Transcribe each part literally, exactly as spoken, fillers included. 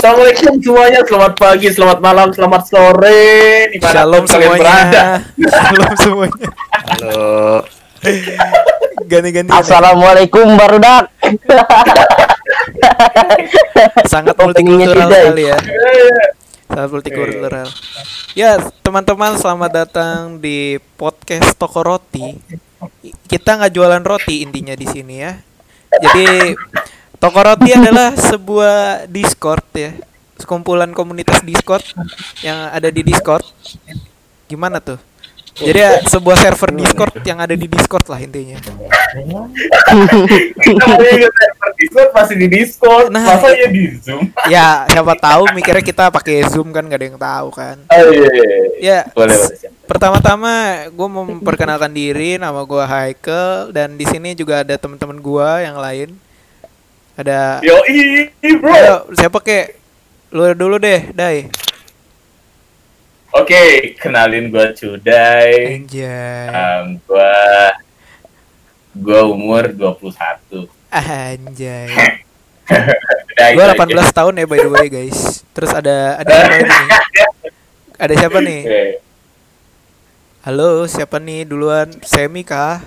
Assalamualaikum semuanya, selamat pagi, selamat malam, selamat sore. Shalom semuanya. Shalom semuanya. Halo. Ganti-ganti. Assalamualaikum barudak. Sangat multikultural sekali ya. Sangat multikultural. Ya, teman-teman selamat datang di podcast Toko Roti. Kita nggak jualan roti intinya di sini ya. Jadi Toko Roti adalah sebuah Discord ya, sekumpulan komunitas Discord yang ada di Discord. Gimana tuh? Jadi ya, sebuah server Discord yang ada di Discord lah intinya. Server Discord masih di Discord, Nah, masa ya di Zoom? Ya siapa tahu mikirnya kita pakai Zoom kan, gak ada yang tahu kan. Oh iya, iya. Ya, Boleh, s- boleh. pertama-tama gue mau memperkenalkan diri, nama gue Haikal dan di sini juga ada teman-teman gue yang lain. Ada, Yoi, bro. ayo siapa kek? Lu dulu deh, Dai. Oke, kenalin gua Cudai. Anjay. Um, gua gua umur dua puluh satu. Anjay. Udah, Gue itu delapan belas aja. tahun ya by the way guys. Terus ada ada siapa lagi nih? Ada siapa nih? Oke. Halo, siapa nih duluan? Semi kah?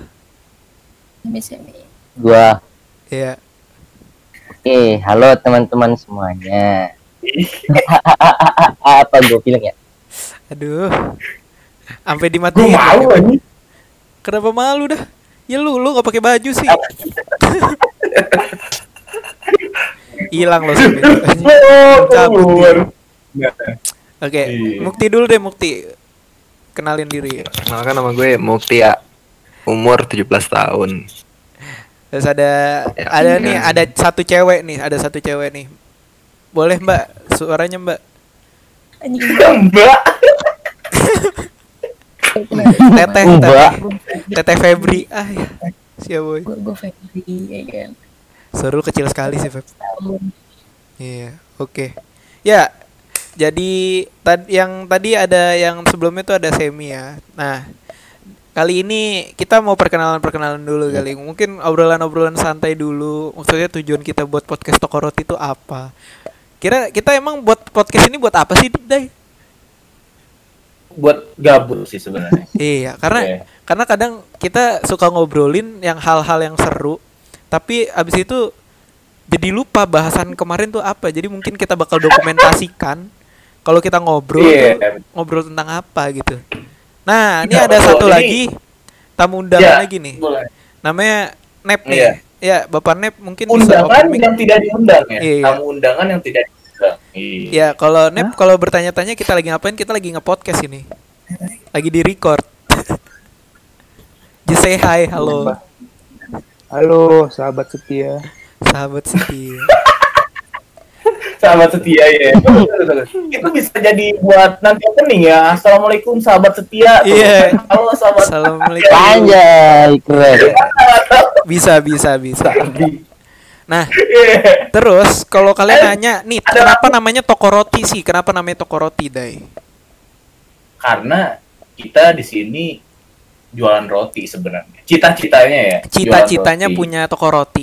Gua. Iya. Oke, halo teman-teman semuanya. Apa gue bilang ya? Aduh. Sampai Gua dimatiin. malu lagi. ini. Kenapa malu dah? Ya lu lu gak pakai baju sih. Hilang loh Semi. Cabut dia. Oke, Iya. Mukti dulu deh Mukti. Kenalin diri. Kenalkan nama gue Mukti ya. Umur tujuh belas tahun. Terus ada Ya, ada iya. nih, ada satu cewek nih, ada satu cewek nih. Boleh Mbak, suaranya Mbak. Mbak. Teteh, Mbak. teteh, teteh Febri. Ah ya, siapa boy? gue gue Febri ya kan. Seru kecil sekali sih Feb. Iya, oke. Ya, jadi tadi yang tadi ada yang sebelumnya tuh ada Semi ya. Nah, kali ini kita mau perkenalan-perkenalan dulu kali. Mungkin obrolan-obrolan santai dulu. Maksudnya tujuan kita buat podcast Toko Roti itu apa? Kira kita emang buat podcast ini buat apa sih, Dai? Buat gabut sih sebenarnya. Iya, karena Oke. karena kadang kita suka ngobrolin yang hal-hal yang seru, tapi abis itu jadi lupa bahasan kemarin tuh apa. Jadi mungkin kita bakal dokumentasikan kalau kita ngobrol Iya. tuh ngobrol tentang apa gitu. Nah, ini Iya, ada betul. satu Ini- lagi tamu undangan Ya, lagi nih. boleh. Namanya Nep nih. Iya. Ya, Bapak Nep mungkin bisa Undangan open mic. yang tidak diundang ya. Iya. Tamu undangan yang tidak diundang. Iya. Ya, kalau Nep kalau bertanya-tanya kita lagi ngapain? Kita lagi nge-podcast ini. Lagi di record. Just say hi, halo. Halo, sahabat setia. Sahabat setia. Sahabat setia ya. Itu bisa jadi buat nanti opening ya. Assalamualaikum sahabat setia. Iya. Halo sahabat. Assalamualaikum. Anjay, keren. Bisa, bisa, bisa. Nah, Iya. terus kalau kalian Eh, nanya, nih ada kenapa namanya Toko Roti sih? Kenapa namanya Toko Roti, Dai? Karena kita di sini jualan roti sebenarnya. Cita-citanya ya. jualan Cita-citanya roti. punya Toko Roti.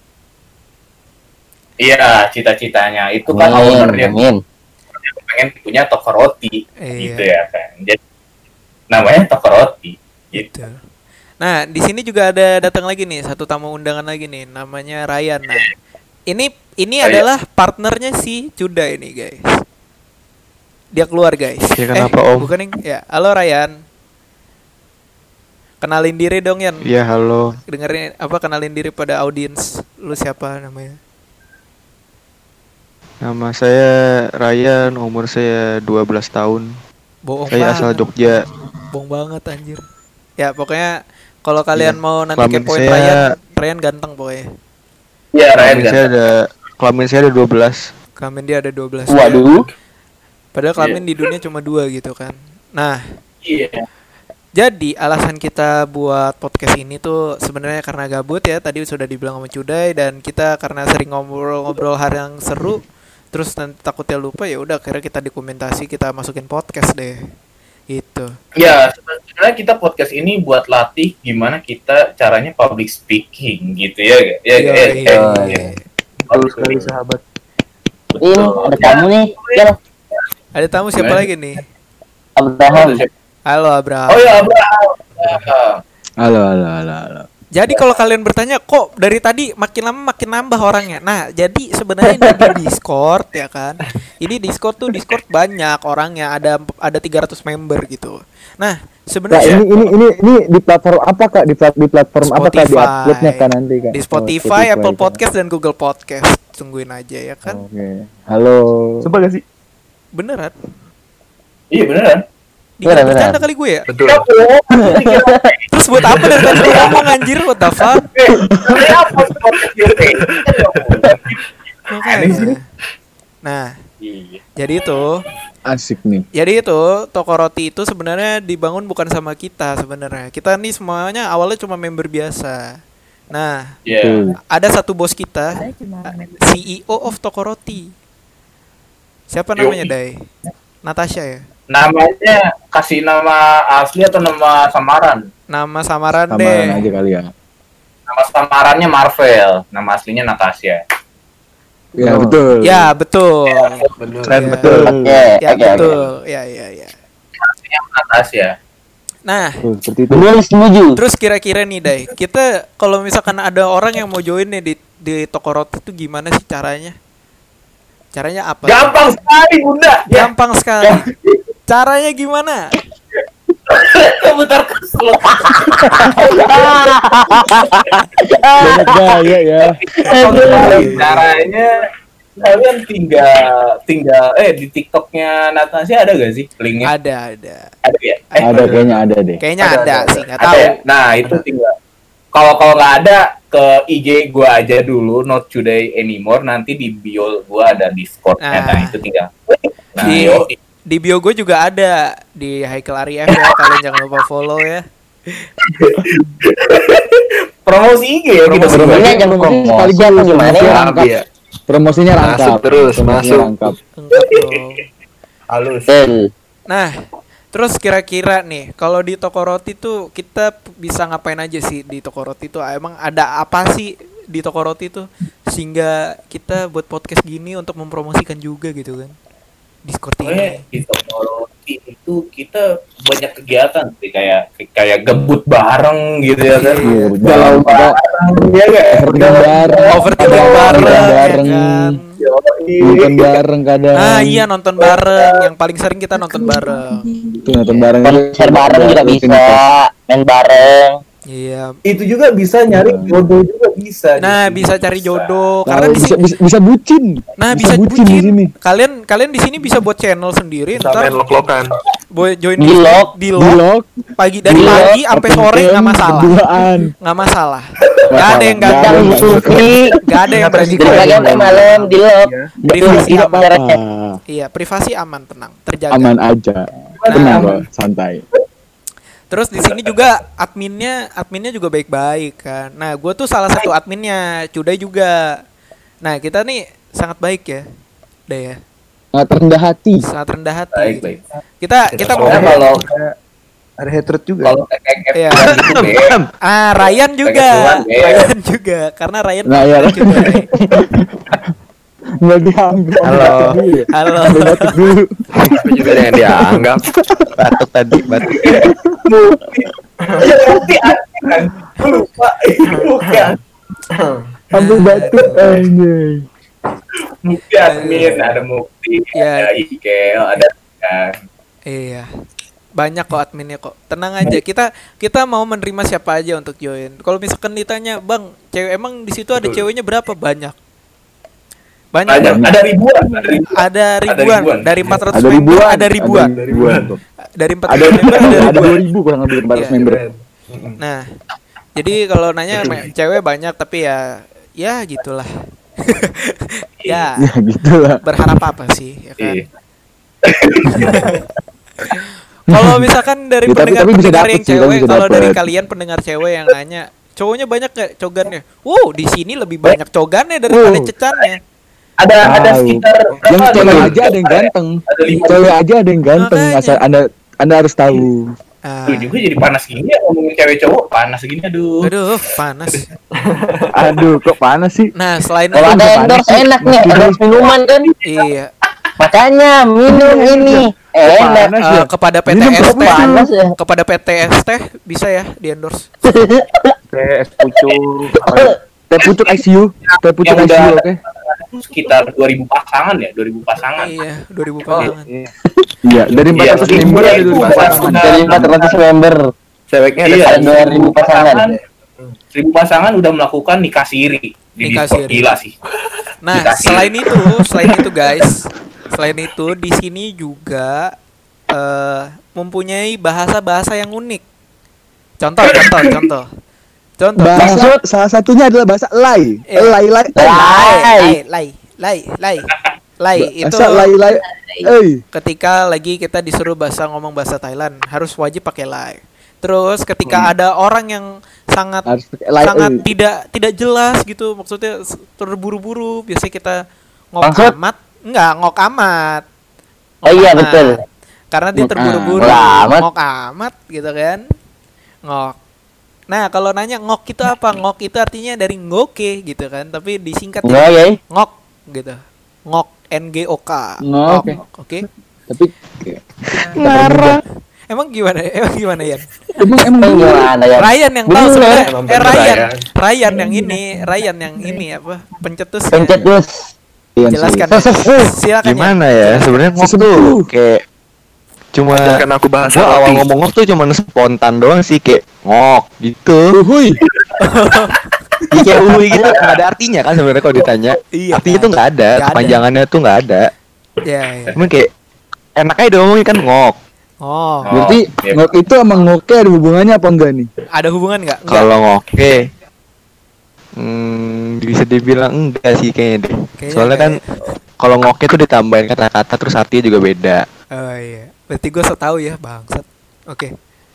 Iya, cita-citanya itu kan Amin, ownernya amin. pengen punya toko roti Iya. gitu ya kan. Jadi namanya Toko Roti gitu. Gitu. Nah, di sini juga ada datang lagi nih satu tamu undangan lagi nih, namanya Ryan. Nah, ini ini Ryan. adalah partnernya si Cuda ini, guys. Dia keluar, guys. Ya, kenapa, Om? Bukan yang ya. Halo Ryan. Kenalin diri dong, Yan. Iya, halo. Dengerin apa kenalin diri pada audiens. Lu siapa namanya? Nama saya Ryan, umur saya dua belas tahun. Bohong Saya asal banget. Jogja. Bohong banget anjir. Ya, pokoknya kalau kalian Iya. mau nanti Kelamin kepoin saya- Ryan, Ryan ganteng pokoknya. Iya, Ryan Kelamin kan. saya ada kelamin saya ada dua belas. Kelamin dia ada dua belas. Waduh. Padahal kelamin di dunia cuma dua gitu kan. Nah, Iya. jadi alasan kita buat podcast ini tuh sebenarnya karena gabut ya. Tadi sudah dibilang sama Cudai dan kita karena sering ngobrol-ngobrol hal yang seru, terus nanti takutnya lupa ya udah akhirnya kita dokumentasi, kita masukin podcast deh. Gitu. Ya, sebenarnya kita podcast ini buat latih gimana kita caranya public speaking gitu ya. Ya, Iya, ya, iya, ya, iya. ya. Betul sekali sahabat. In, ada tamu nih. Kel, Ada tamu siapa lagi nih? Abraham. Halo Abraham. Oh ya, Abraham. Halo, halo, halo, halo. Jadi kalau kalian bertanya kok dari tadi makin lama makin nambah orangnya. Nah, jadi sebenarnya ini di Discord ya kan. Ini Discord tuh Discord banyak orangnya, ada ada tiga ratus member gitu. Nah, Nah, sebenarnya ini ini ini ini di platform apa Kak? Di, plat, di platform apa Kak? Di Spotify. uploadnya kan nanti Kak? di Oh, Spotify, Apple Kak. Podcast dan Google Podcast. Tungguin aja ya kan. Oke. Halo. Sumpah gak sih? Beneran? Iya beneran. Dikira Beneran, bercanda beneran. kali gue ya? Betul. Terus buat apa dari tadi gue ngomong anjir, what the fuck? Makanya. Nah, Iya. jadi itu Asik nih. Jadi itu toko roti itu sebenarnya dibangun bukan sama kita sebenarnya. Kita nih semuanya awalnya cuma member biasa. Nah, Iya. ada satu bos kita, Saya cuma C E O of toko roti. Siapa namanya, Yoi. Dai? Natasha ya? Namanya kasih nama asli atau nama samaran? Nama samaran Samaran deh. aja kali ya. Nama samarannya Marvel, nama aslinya Natasha. Ya Oh. betul. Ya, betul. Bener. Keren Ya. betul. Oke, Ya, oke, oke. betul. Ya, ya, ya. Aslinya Natasha. Nah, Tuh, seperti itu. Betul, setuju. terus kira-kira nih, Dai, kita kalau misalkan ada orang yang mau join nih di di toko roti itu gimana sih caranya? Caranya apa? Gampang sekali, Bunda. Ya, Gampang sekali. Caranya gimana? bentar kesel. Banyak gaya ya. Caranya kalian tinggal tinggal eh di TikToknya Natasha ada gak sih linknya? Ada, ada. Ada ya? Eh, Ada kayaknya ada deh. Kayaknya ada, sih, nggak Ada tahu. ya? Nah itu tinggal. Kalau kalau nggak ada ke I G gua aja dulu, not today anymore. Nanti di bio gua ada Discord-nya. Nah, Nah. itu tinggal. Nah, Di- yoi. Di bio gue juga ada di Haikal Arif ya. Kalian jangan lupa follow ya. Promosi I G ya kita Promosi. berdua. Ini jangan Promosi promosi sekaligus, apa gimana promosi ya? rangkap. Iya. Promosinya Masuk rangkap. terus, Promosinya masuk. rangkap. Enggak dong. Halus. Betul. Nah, terus kira-kira nih, kalau di toko roti tuh kita p- bisa ngapain aja sih di toko roti tuh? Emang ada apa sih di toko roti tuh sehingga kita buat podcast gini untuk mempromosikan juga gitu kan? Discord Pokoknya ini. di toko roti itu kita banyak kegiatan sih kayak kayak gebut bareng gitu ya kan. Iya, Galau bareng. bareng ya kan. Overtime bareng. Overthinking bareng, ya bareng. kan? Nonton bareng kadang. Ah iya, nonton bareng. Yang paling sering kita nonton bareng. Tuh nonton bareng. Konser bareng juga bisa, main bareng. Iya. Itu juga bisa nyari jodoh juga bisa. Nah, bisa cari jodoh karena Tahu, di bisa, sini. bisa, bisa bucin. Nah, bisa, bucin. di sini. Kalian kalian di sini bisa buat channel sendiri, Kita ntar main lok-lokan. boleh join Di lock. di Di lock lock. pagi dari Di lock, pagi sampai open sore cam, nggak masalah. Berduaan. Nggak masalah. Nggak Nggak ada yang masalah. ganggu. Nggak Yang ada. Sufri, Nggak ada yang berani. dari pagi sampai malam di lock. Privasi Tidak aman. apa-apa. Iya, privasi aman, tenang, terjaga. Aman aja. Tenang kok, santai. Terus di sini juga adminnya, adminnya juga baik-baik kan. Nah, gue tuh salah satu adminnya, Cudai juga. Nah, kita nih sangat baik ya, udah ya, Nggak terendah hati. sangat rendah hati. Baik, gitu. baik. Kita kita mau Soalnya kalau Ada hatred juga. kalau kayak Iya. gitu deh. ah Ryan juga, Pengen keluar, ya. Ryan juga, karena Ryan Nah, ya. juga. Nggak dianggap. Halo. Batuk dulu. Halo. Sambil batuk dulu. Tapi juga ada yang dianggap. Batuk tadi, batuk. Ya nanti kan Gua lupa. Bukan. Sambil batuk anjay. Mukti admin, ada Mukti, Ya. ada Ikel, ada kan. Iya. Banyak kok adminnya kok. Tenang aja. Kita kita mau menerima siapa aja untuk join. Kalau misalkan ditanya, "Bang, cewek emang di situ ada Betul. ceweknya berapa?" Banyak. Banyak. Banyak, Bang. ada ribuan, ada ribuan. Ada ribuan. ribuan. Dari empat ratus Ada member ribuan. ada ribuan. Ada ribuan. Dari empat Ada ratus member ada ada dua ribuan. ribu kurang lebih empat ratus Iya. member. Nah, jadi kalau nanya me- cewek banyak tapi ya ya gitulah. Ya, Ya gitulah. berharap apa sih ya kan? Iya. Kalau misalkan dari Ya, tapi- tapi bisa pendengar-pendengar dapet yang sih, tapi cewek, bisa kalau dari dapet. kalian pendengar cewek yang nanya, cowoknya banyak gak cogannya? Wow, di sini lebih banyak cogannya daripada Wow. cecannya. Ada ada Tahu. sekitar Yang berapa? cewek Ada aja ada yang ganteng. Ada lima. Cewek aja ada yang ganteng. Makanya. Asal anda anda harus tahu. Ah. Tuh juga jadi panas gini ya ngomongin cewek cowok panas gini aduh. Aduh, panas. Aduh, kok panas sih? Nah, selain Kalau itu, ada endorse enak nih, endorse minuman kan. iya, Makanya minum ini enak. Panas eh, ya? kepada P T Minum S kok T, panas ya. kepada P T S T bisa ya di endorse. Teh es pucuk. Teh pucuk I C U. Teh pucuk Yang I C U, udah oke. sekitar dua ribu pasangan ya, dua ribu pasangan. Iya, dua ribu pasangan. Iya, dari empat ratus Iya, member iya, ada dua ribu iya. pasangan. Dari empat ratus member. Ceweknya ada Iya, ada dua ribu pasangan. seribu pasangan udah melakukan nikah siri di Nikah Discord. siri. Gila sih. Nah, Dikasih. selain itu, selain itu guys, selain itu di sini juga eh mempunyai bahasa-bahasa yang unik. Contoh, contoh, contoh. Contoh. Bahasa salah satunya adalah bahasa lay. Iya. Lay lay. Lay. Lay, lay, lay, lay. Lay itu Bahasa lay lay. Eh, ketika lagi kita disuruh bahasa ngomong bahasa Thailand harus wajib pakai lay. Terus ketika ada orang yang sangat harus pakai lay. sangat eh. tidak tidak jelas gitu, maksudnya s- terburu-buru, biasanya kita ngok Maksud? amat, enggak ngok amat. Oh iya, Amat. betul. Karena dia Ngok terburu-buru, amat. Amat. ngok amat gitu kan. Ngok. Nah, kalau nanya ngok itu apa? Ngok itu artinya dari ngoke gitu kan, tapi disingkat Enggak ya? ngok gitu. Ngok, N G O K. Ngok. Oke. Tapi Marah. Emang gimana? Emang gimana ya? emang emang Eh, Gimana ya? Ryan yang tahu Bener. sebenarnya. Emang Eh bener, Ryan, Ryan. Ryan yang ini, Ryan yang ini apa? Pencetus. Pencet dus. iya sih. Jelaskan. Silakan. Yan. Gimana ya? Sebenarnya ngok Sesepuh. tuh kayak cuma Ajarkan aku bahasa gua awal roti. ngomong ngok tuh cuma spontan doang sih kayak ngok gitu. Uhuy. Iya, kayak uhui gitu nggak ada artinya kan sebenarnya kalau ditanya. Iya. Artinya tuh nggak ada, Nggak ada. kepanjangannya tuh nggak ada. Ya, ya. Cuman kayak enak aja ngomongin kan ngok. Oh, Berarti iya. ngok itu sama ngoke ada hubungannya apa enggak nih? ada hubungan nggak? Nggak. Kalau ngoke hmm, bisa dibilang enggak sih kayaknya deh. Kayaknya Soalnya kan kayak- kalau ngoke tuh ditambahin kata-kata terus artinya juga beda. Oh iya. Berarti gue setahu ya, bangsat. Oke.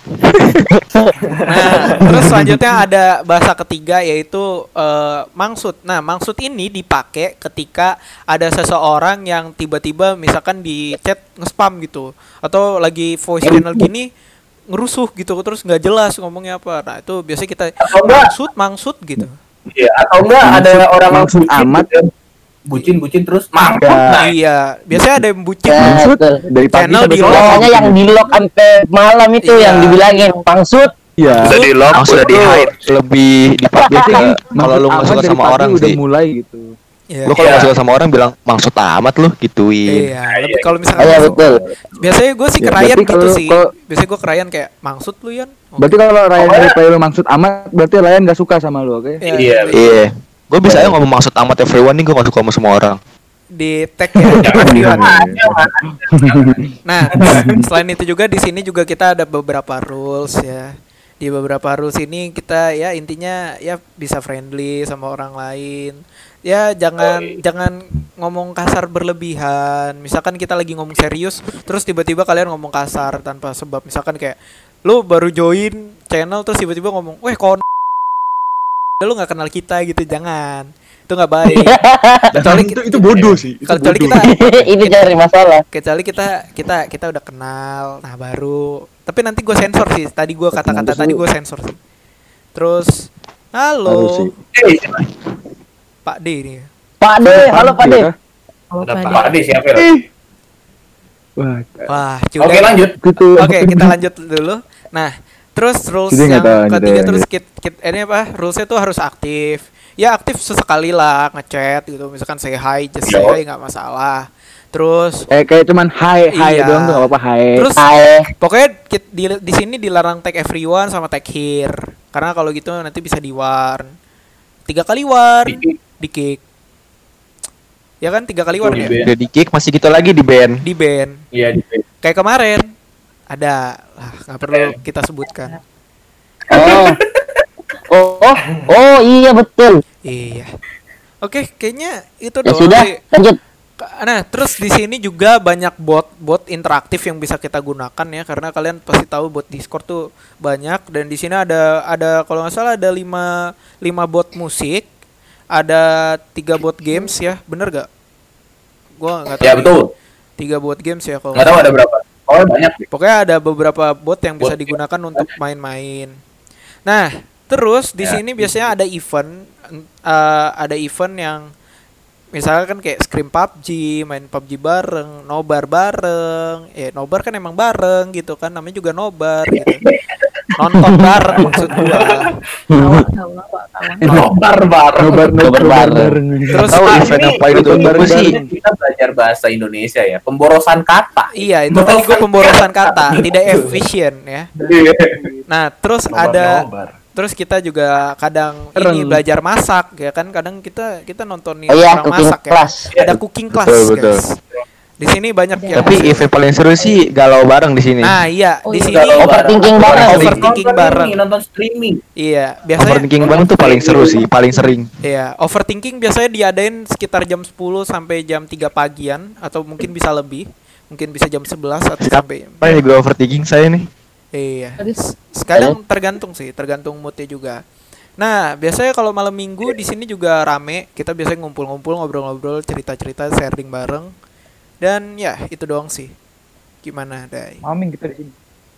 Nah, terus selanjutnya ada bahasa ketiga yaitu eh, mangsud. Nah, mangsud ini dipakai ketika ada seseorang yang tiba-tiba misalkan di chat nge-spam gitu atau lagi voice channel gini ngerusuh gitu terus nggak jelas ngomongnya apa. Nah, itu biasanya kita Atau enggak? maksud mangsud gitu. Iya, atau enggak ada orang maksud bucin amat. gitu. bucin bucin terus mangkut. Ya. Nah, Iya, biasanya ada yang bucin. Ya, Maksud betul. Dari pagi Channel sampai di sore. lock. Biasanya yang di lock sampai malam itu Iya. yang dibilangin pangsut. Iya. Udah di lock, Maksud udah di tuh hide. lebih dipakai ke kalau lu nggak Amat suka dari sama pagi orang udah sih. mulai gitu. Iya. Lu kalau Iya. nggak suka sama orang bilang maksud amat lu gituin. Iya, lebih kalau misalkan Iya, masuk- betul. biasanya gue sih Ya, kerayan berarti gitu kalau- sih. kalau- Biasanya gue kerayan kayak maksud lu Yan. Oke. Berarti kalau Ryan reply lu maksud amat, berarti Ryan gak suka sama lu, oke? Iya, Iya. Iya. Gue bisa aja ngomong maksud amat everyone nih, gue gak suka sama semua orang. di tag ya. Jangan everyone. jangan. Nah, selain itu juga di sini juga kita ada beberapa rules ya. Di beberapa rules ini kita ya intinya ya bisa friendly sama orang lain. Ya jangan jangan ngomong kasar berlebihan. Misalkan kita lagi ngomong serius, terus tiba-tiba kalian ngomong kasar tanpa sebab. Misalkan kayak lu baru join channel terus tiba-tiba ngomong, "Weh kon lu nggak kenal kita gitu." Jangan. Itu nggak baik. Kecuali itu, itu bodoh sih. Itu kecuali bodoh. kita Ini cari masalah. kecuali kita kita kita udah kenal, nah baru. Tapi nanti gue sensor sih. Tadi gue kata-kata tadi gue sensor sih. Terus, Harus halo sih. Eh, Pak D ini. Pak D, halo Pak D. Iya. Oh, ada Pak Pak Ade siapa ya? Wah, Wah, Oke, cuy. lanjut. gitu. Oke, kita lanjut dulu. Nah, terus rules Jadi nggak yang tahu, nggak ketiga tahu, terus kit, kit ini apa? Rulesnya tuh harus aktif. Ya aktif sesekali lah ngechat gitu. Misalkan say hi, just say Yo. hi nggak masalah. Terus Eh kayak cuman hai hai Iya. doang tuh gak apa-apa hai. terus Hai. pokoknya kit- di di sini dilarang tag everyone sama tag here. Karena kalau gitu nanti bisa di warn. Tiga kali warn, Di- di kick. Ya kan tiga kali warn Di ya? ban. Udah di kick masih gitu lagi di band. Di ban. Iya, di Kayak kemarin ada lah nggak perlu kita sebutkan. Oh. Oh, oh, oh iya betul. Iya. Oke, kayaknya itu Ya doang sudah, sih. lanjut. Nah, terus di sini juga banyak bot bot interaktif yang bisa kita gunakan ya, karena kalian pasti tahu bot Discord tuh banyak, dan di sini ada ada kalau nggak salah ada lima lima bot musik, ada tiga bot games ya, bener gak? Gua nggak tahu. Ya betul. Tiga bot games ya kalau Nggak tahu ada berapa. Oh banyak. Pokoknya ada beberapa bot yang bisa Bot. digunakan untuk main-main. Nah, terus di Ya. sini biasanya ada event, eh, ada event yang misalnya kan kayak scrim P U B G, main P U B G bareng, nobar bareng. Ya, nobar kan emang bareng gitu kan, namanya juga nobar gitu. Nonton bareng maksud gua. Awak tahu awak kawan. Nobar bareng. Nobar Nobar bareng. Terus Tahu ah, event ini apa itu event apa sih? bareng kita belajar bahasa Indonesia ya. Pemborosan kata. iya, itu tadi gua pemborosan kata, tidak efisien ya. Nah, terus ada terus kita juga kadang ini belajar masak ya kan, kadang kita kita nontonin Oh iya, orang cooking masak ya. class. Ada cooking class, Betul, betul. guys. Di sini banyak yang Tapi event paling seru sih galau bareng di sini. Nah, iya, Oh, di iya. sini Overthinking bareng. Overthinking Nonton bareng. ini, nonton streaming. iya, biasanya Overthinking bareng tuh paling seru sih, paling sering. iya, overthinking biasanya diadain sekitar jam sepuluh sampai jam tiga pagian atau mungkin bisa lebih. Mungkin bisa jam sebelas atau sampai Apa ya gue overthinking saya nih? iya. Sekarang tergantung sih, tergantung moodnya juga. Nah, biasanya kalau malam minggu di sini juga rame. Kita biasanya ngumpul-ngumpul, ngobrol-ngobrol, cerita-cerita, sharing bareng. Dan ya, itu doang sih. Gimana, Dai? Maming kita di sini.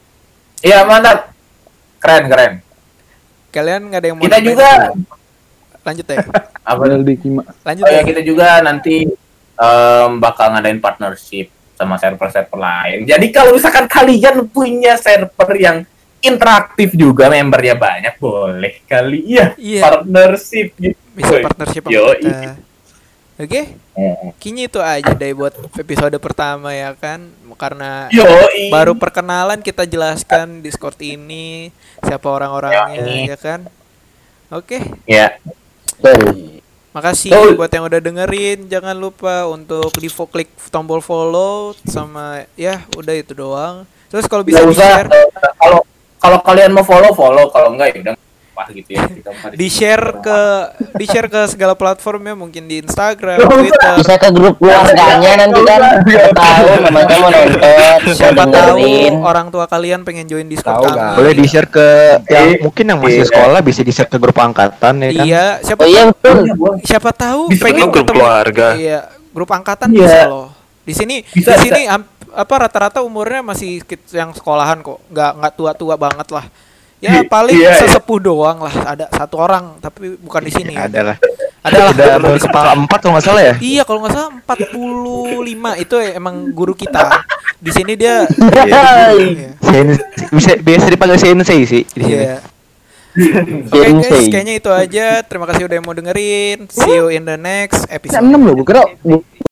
Iya mantap. Keren keren. Kalian nggak ada yang mau Kita nambahin? juga Lanjut ya. apa? Padahal di Kima. Lanjut Oh ya. ya kita juga nanti em, bakal ngadain partnership sama server-server lain. Jadi kalau misalkan kalian punya server yang interaktif juga, membernya banyak, boleh kali ya Iya. partnership gitu. Bisa partnership sama Yoi. kita. Oke, kayaknya itu aja deh buat episode pertama ya kan. Karena Yoi. baru perkenalan kita jelaskan Discord ini siapa orang-orangnya Yoi. ya kan. Oke, Ya. Betul. makasih Betul. buat yang udah dengerin. Jangan lupa untuk di fo- klik tombol follow sama ya udah itu doang. Terus kalau bisa Nggak usah di-share eh, kalau kalau kalian mau follow follow, kalau enggak ya udah apa gitu ya. Kita mau di- di-share ke di-share ke segala platformnya, mungkin di Instagram, Twitter. Bisa ke grup keluarganya nanti kan. Siapa tahu namanya mau nonton, Siapa mau tahu dengerin. orang tua kalian pengen join Discord Tahu, kami. kan? Boleh di-share ke yang Eh, mungkin yang masih iya. sekolah bisa di-share ke grup angkatan ya kan. Iya, siapa Oh iya betul. siapa tahu Bisa pengen grup ketemu- keluarga. Iya, grup angkatan Iya. bisa loh. Di sini Bisa, di sini am- apa rata-rata umurnya masih sekit- yang sekolahan kok. Nggak nggak tua-tua banget lah. Ya paling Iya, iya. sesepuh doang lah, ada satu orang tapi bukan di sini. Ada lah. Ada lah. Udah berkepala empat kalau nggak salah ya. Iya, kalau nggak salah empat puluh lima itu emang guru kita. Di sini dia Hai. Iya. Sen- bisa biasa dipanggil sensei sih di sini. Iya. Oke guys, Sensei. kayaknya itu aja. Terima kasih udah mau dengerin. See you in the next Jam episode. enam loh, gue kira